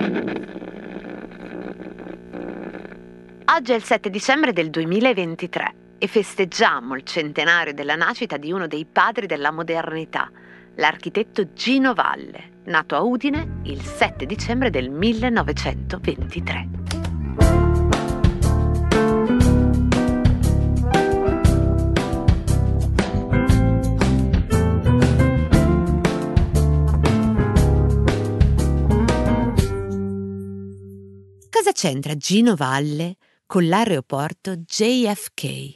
Oggi è il 7 dicembre del 2023 e festeggiamo il centenario della nascita di uno dei padri della modernità, l'architetto Gino Valle, nato a Udine il 7 dicembre del 1923. Cosa c'entra Gino Valle con l'aeroporto JFK?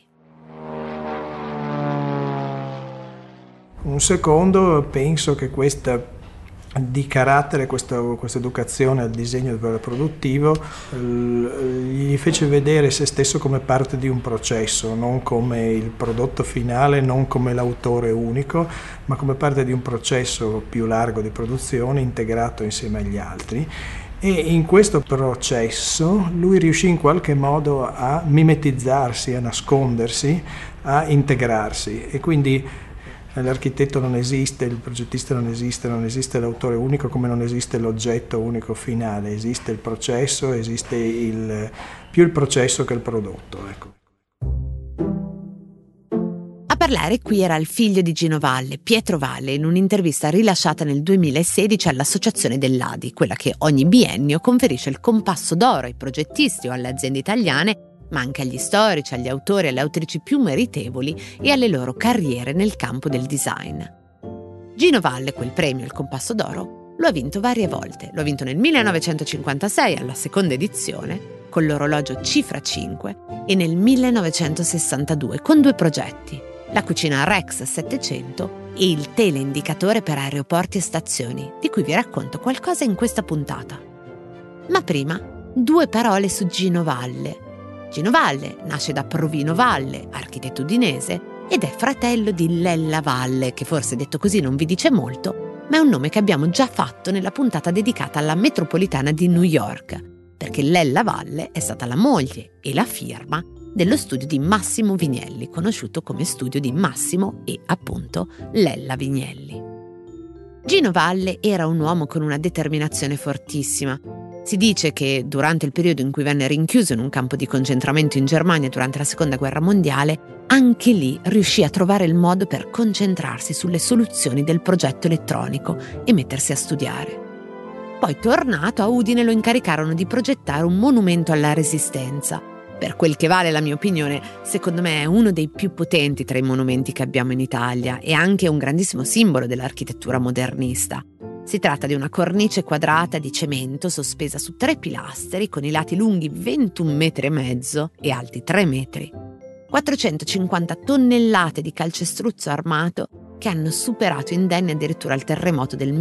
Un secondo, penso che questa di carattere, questa educazione al disegno produttivo gli fece vedere se stesso come parte di un processo, non come il prodotto finale, non come l'autore unico, ma come parte di un processo più largo di produzione integrato insieme agli altri. E in questo processo lui riuscì in qualche modo a mimetizzarsi, a nascondersi, a integrarsi, e quindi l'architetto non esiste, il progettista non esiste l'autore unico, come non esiste l'oggetto unico finale, esiste il processo, esiste più il processo che il prodotto. Ecco. A parlare qui era il figlio di Gino Valle, Pietro Valle, in un'intervista rilasciata nel 2016 all'Associazione dell'ADI, quella che ogni biennio conferisce il Compasso d'Oro ai progettisti o alle aziende italiane, ma anche agli storici, agli autori e alle autrici più meritevoli e alle loro carriere nel campo del design. Gino Valle, quel premio, il Compasso d'Oro, lo ha vinto varie volte. Lo ha vinto nel 1956 alla seconda edizione, con l'orologio Cifra 5, e nel 1962 con 2 progetti, la cucina Rex 700 e il teleindicatore per aeroporti e stazioni, di cui vi racconto qualcosa in questa puntata. Ma prima, 2 parole su Gino Valle. Gino Valle nasce da Provino Valle, architetto udinese, ed è fratello di Lella Valle, che forse detto così non vi dice molto, ma è un nome che abbiamo già fatto nella puntata dedicata alla metropolitana di New York, perché Lella Valle è stata la moglie e la firma dello studio di Massimo Vignelli, conosciuto come studio di Massimo e, appunto, Lella Vignelli. Gino Valle era un uomo con una determinazione fortissima. Si dice che durante il periodo in cui venne rinchiuso in un campo di concentramento in Germania durante la Seconda Guerra Mondiale, anche lì riuscì a trovare il modo per concentrarsi sulle soluzioni del progetto elettronico e mettersi a studiare. Poi, tornato a Udine, lo incaricarono di progettare un monumento alla Resistenza. Per quel che vale la mia opinione, secondo me è uno dei più potenti tra i monumenti che abbiamo in Italia e anche un grandissimo simbolo dell'architettura modernista. Si tratta di una cornice quadrata di cemento sospesa su 3 pilastri con i lati lunghi 21 metri e mezzo e alti 3 metri. 450 tonnellate di calcestruzzo armato che hanno superato indenni addirittura il terremoto del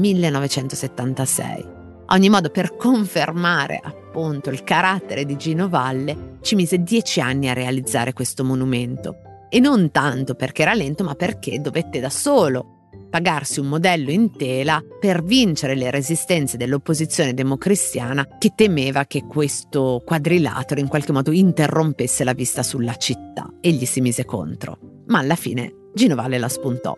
1976. A ogni modo, per confermare appunto il carattere di Gino Valle, ci mise 10 anni a realizzare questo monumento. E non tanto perché era lento, ma perché dovette da solo pagarsi un modello in tela per vincere le resistenze dell'opposizione democristiana, che temeva che questo quadrilatero in qualche modo interrompesse la vista sulla città, e gli si mise contro. Ma alla fine Gino Valle la spuntò.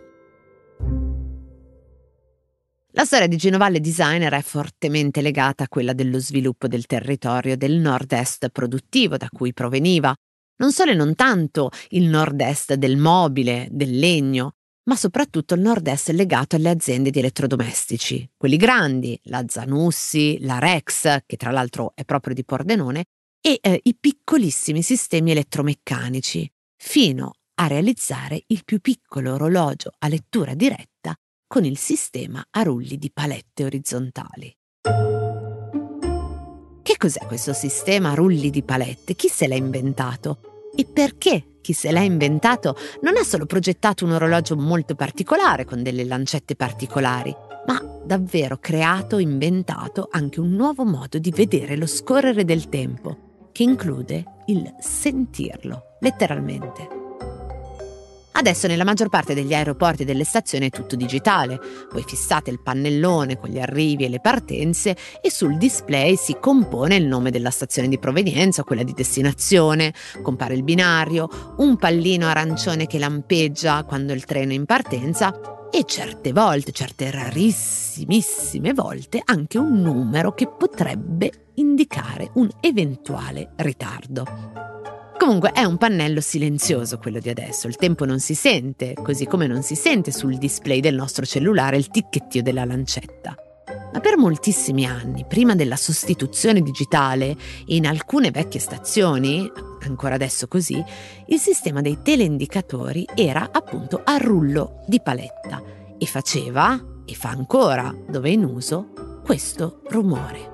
La storia di Gino Valle designer è fortemente legata a quella dello sviluppo del territorio del nord-est produttivo da cui proveniva, non solo e non tanto il nord-est del mobile, del legno, ma soprattutto il nord-est legato alle aziende di elettrodomestici, quelli grandi, la Zanussi, la Rex, che tra l'altro è proprio di Pordenone, e i piccolissimi sistemi elettromeccanici, fino a realizzare il più piccolo orologio a lettura diretta con il sistema a rulli di palette orizzontali. Che cos'è questo sistema a rulli di palette? Chi se l'ha inventato? E perché chi se l'ha inventato non ha solo progettato un orologio molto particolare con delle lancette particolari, ma davvero creato, inventato anche un nuovo modo di vedere lo scorrere del tempo, che include il sentirlo, letteralmente. Adesso nella maggior parte degli aeroporti e delle stazioni è tutto digitale. Voi fissate il pannellone con gli arrivi e le partenze e sul display si compone il nome della stazione di provenienza, quella di destinazione, compare il binario, un pallino arancione che lampeggia quando il treno è in partenza e certe volte, certe rarissimissime volte, anche un numero che potrebbe indicare un eventuale ritardo. Comunque è un pannello silenzioso quello di adesso, il tempo non si sente, così come non si sente sul display del nostro cellulare il ticchettio della lancetta. Ma per moltissimi anni, prima della sostituzione digitale, in alcune vecchie stazioni, ancora adesso così, il sistema dei teleindicatori era appunto a rullo di paletta e faceva, e fa ancora, dove è in uso, questo rumore.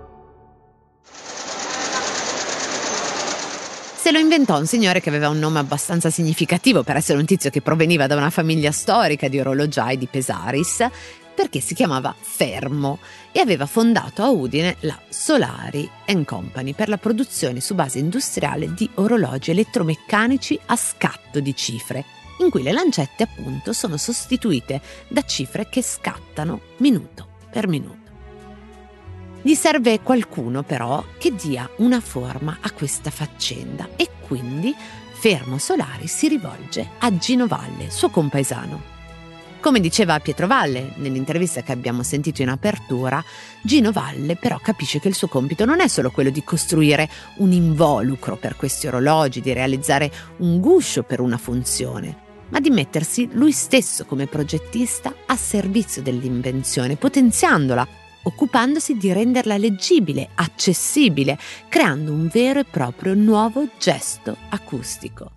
Se lo inventò un signore che aveva un nome abbastanza significativo per essere un tizio che proveniva da una famiglia storica di orologiai di Pesaris, perché si chiamava Fermo e aveva fondato a Udine la Solari & Company per la produzione su base industriale di orologi elettromeccanici a scatto di cifre, in cui le lancette appunto sono sostituite da cifre che scattano minuto per minuto. Gli serve qualcuno però che dia una forma a questa faccenda e quindi Fermo Solari si rivolge a Gino Valle, suo compaesano. Come diceva Pietro Valle nell'intervista che abbiamo sentito in apertura, Gino Valle però capisce che il suo compito non è solo quello di costruire un involucro per questi orologi, di realizzare un guscio per una funzione, ma di mettersi lui stesso come progettista a servizio dell'invenzione, potenziandola, occupandosi di renderla leggibile, accessibile, creando un vero e proprio nuovo gesto acustico.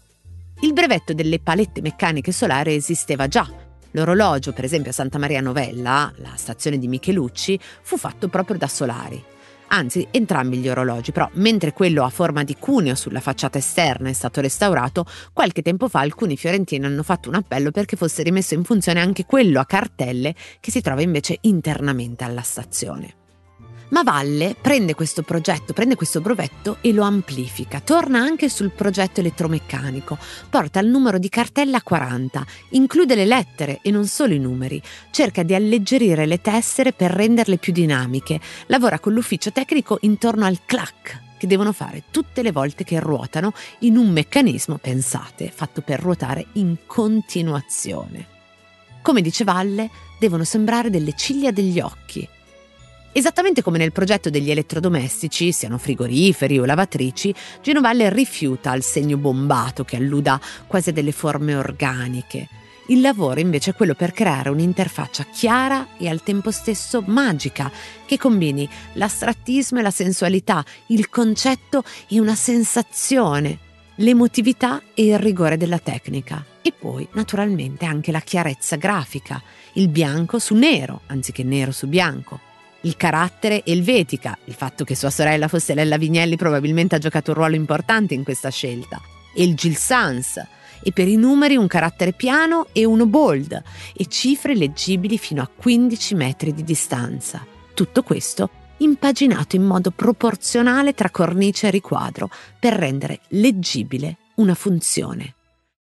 Il brevetto delle palette meccaniche solari esisteva già. L'orologio, per esempio a Santa Maria Novella, la stazione di Michelucci, fu fatto proprio da Solari. Anzi, entrambi gli orologi, però mentre quello a forma di cuneo sulla facciata esterna è stato restaurato, qualche tempo fa alcuni fiorentini hanno fatto un appello perché fosse rimesso in funzione anche quello a cartelle che si trova invece internamente alla stazione. Ma Valle prende questo progetto, prende questo brevetto e lo amplifica, torna anche sul progetto elettromeccanico, porta il numero di cartella a 40, include le lettere e non solo i numeri, cerca di alleggerire le tessere per renderle più dinamiche, lavora con l'ufficio tecnico intorno al clac che devono fare tutte le volte che ruotano in un meccanismo, pensate, fatto per ruotare in continuazione. Come dice Valle, devono sembrare delle ciglia degli occhi. Esattamente come nel progetto degli elettrodomestici, siano frigoriferi o lavatrici, Gino Valle rifiuta il segno bombato che alluda quasi a delle forme organiche. Il lavoro invece è quello per creare un'interfaccia chiara e al tempo stesso magica, che combini l'astrattismo e la sensualità, il concetto e una sensazione, l'emotività e il rigore della tecnica. E poi, naturalmente, anche la chiarezza grafica, il bianco su nero anziché nero su bianco. Il carattere elvetica, il fatto che sua sorella fosse Lella Vignelli probabilmente ha giocato un ruolo importante in questa scelta, e il Gill Sans, e per i numeri un carattere piano e uno bold, e cifre leggibili fino a 15 metri di distanza. Tutto questo impaginato in modo proporzionale tra cornice e riquadro per rendere leggibile una funzione.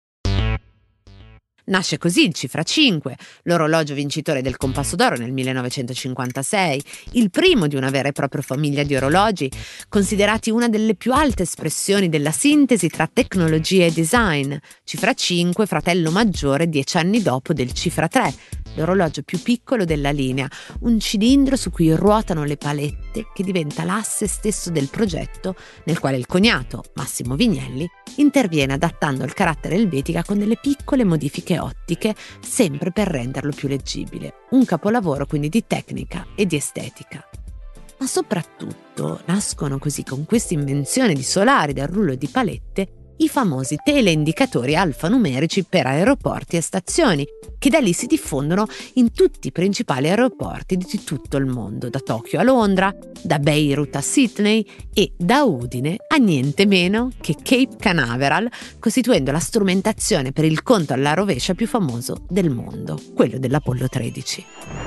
Nasce così il Cifra 5, l'orologio vincitore del Compasso d'Oro nel 1956, il primo di una vera e propria famiglia di orologi, considerati una delle più alte espressioni della sintesi tra tecnologia e design. Cifra 5, fratello maggiore 10 anni dopo del Cifra 3, l'orologio più piccolo della linea, un cilindro su cui ruotano le palette che diventa l'asse stesso del progetto, nel quale il cognato, Massimo Vignelli, interviene adattando il carattere elvetica con delle piccole modifiche ottiche, sempre per renderlo più leggibile. Un capolavoro quindi di tecnica e di estetica. Ma soprattutto nascono così, con questa invenzione di Solari del rullo di palette, i famosi teleindicatori alfanumerici per aeroporti e stazioni, che da lì si diffondono in tutti i principali aeroporti di tutto il mondo, da Tokyo a Londra, da Beirut a Sydney e da Udine a niente meno che Cape Canaveral, costituendo la strumentazione per il conto alla rovescia più famoso del mondo, quello dell'Apollo 13.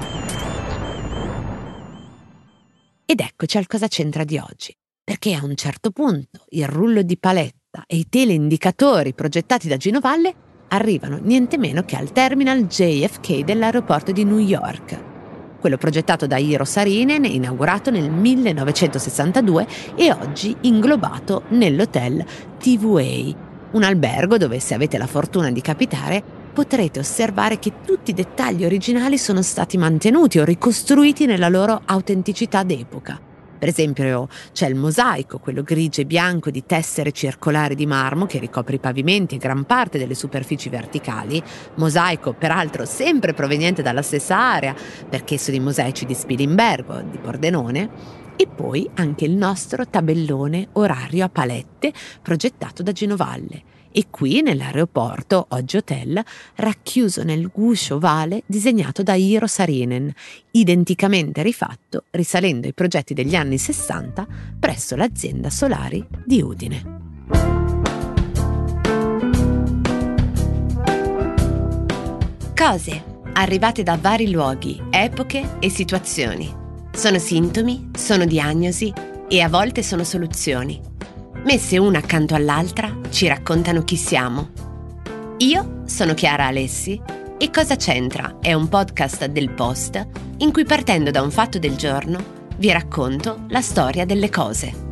Ed eccoci al cosa c'entra di oggi, perché a un certo punto il rullo di paletta e i teleindicatori progettati da Gino Valle arrivano niente meno che al terminal JFK dell'aeroporto di New York. Quello progettato da Eero Saarinen, inaugurato nel 1962 e oggi inglobato nell'hotel TVA, un albergo dove, se avete la fortuna di capitare, potrete osservare che tutti i dettagli originali sono stati mantenuti o ricostruiti nella loro autenticità d'epoca. Per esempio c'è il mosaico, quello grigio e bianco di tessere circolari di marmo che ricopre i pavimenti e gran parte delle superfici verticali, mosaico peraltro sempre proveniente dalla stessa area, perché sono i mosaici di Spilimbergo, di Pordenone, e poi anche il nostro tabellone orario a palette progettato da Genovalle. E qui nell'aeroporto, oggi hotel, racchiuso nel guscio ovale disegnato da Eero Saarinen, identicamente rifatto risalendo ai progetti degli anni 60 presso l'azienda Solari di Udine. Cose arrivate da vari luoghi, epoche e situazioni. Sono sintomi, sono diagnosi e a volte sono soluzioni. Messe una accanto all'altra, ci raccontano chi siamo. Io sono Chiara Alessi e Cosa c'entra è un podcast del Post in cui, partendo da un fatto del giorno, vi racconto la storia delle cose.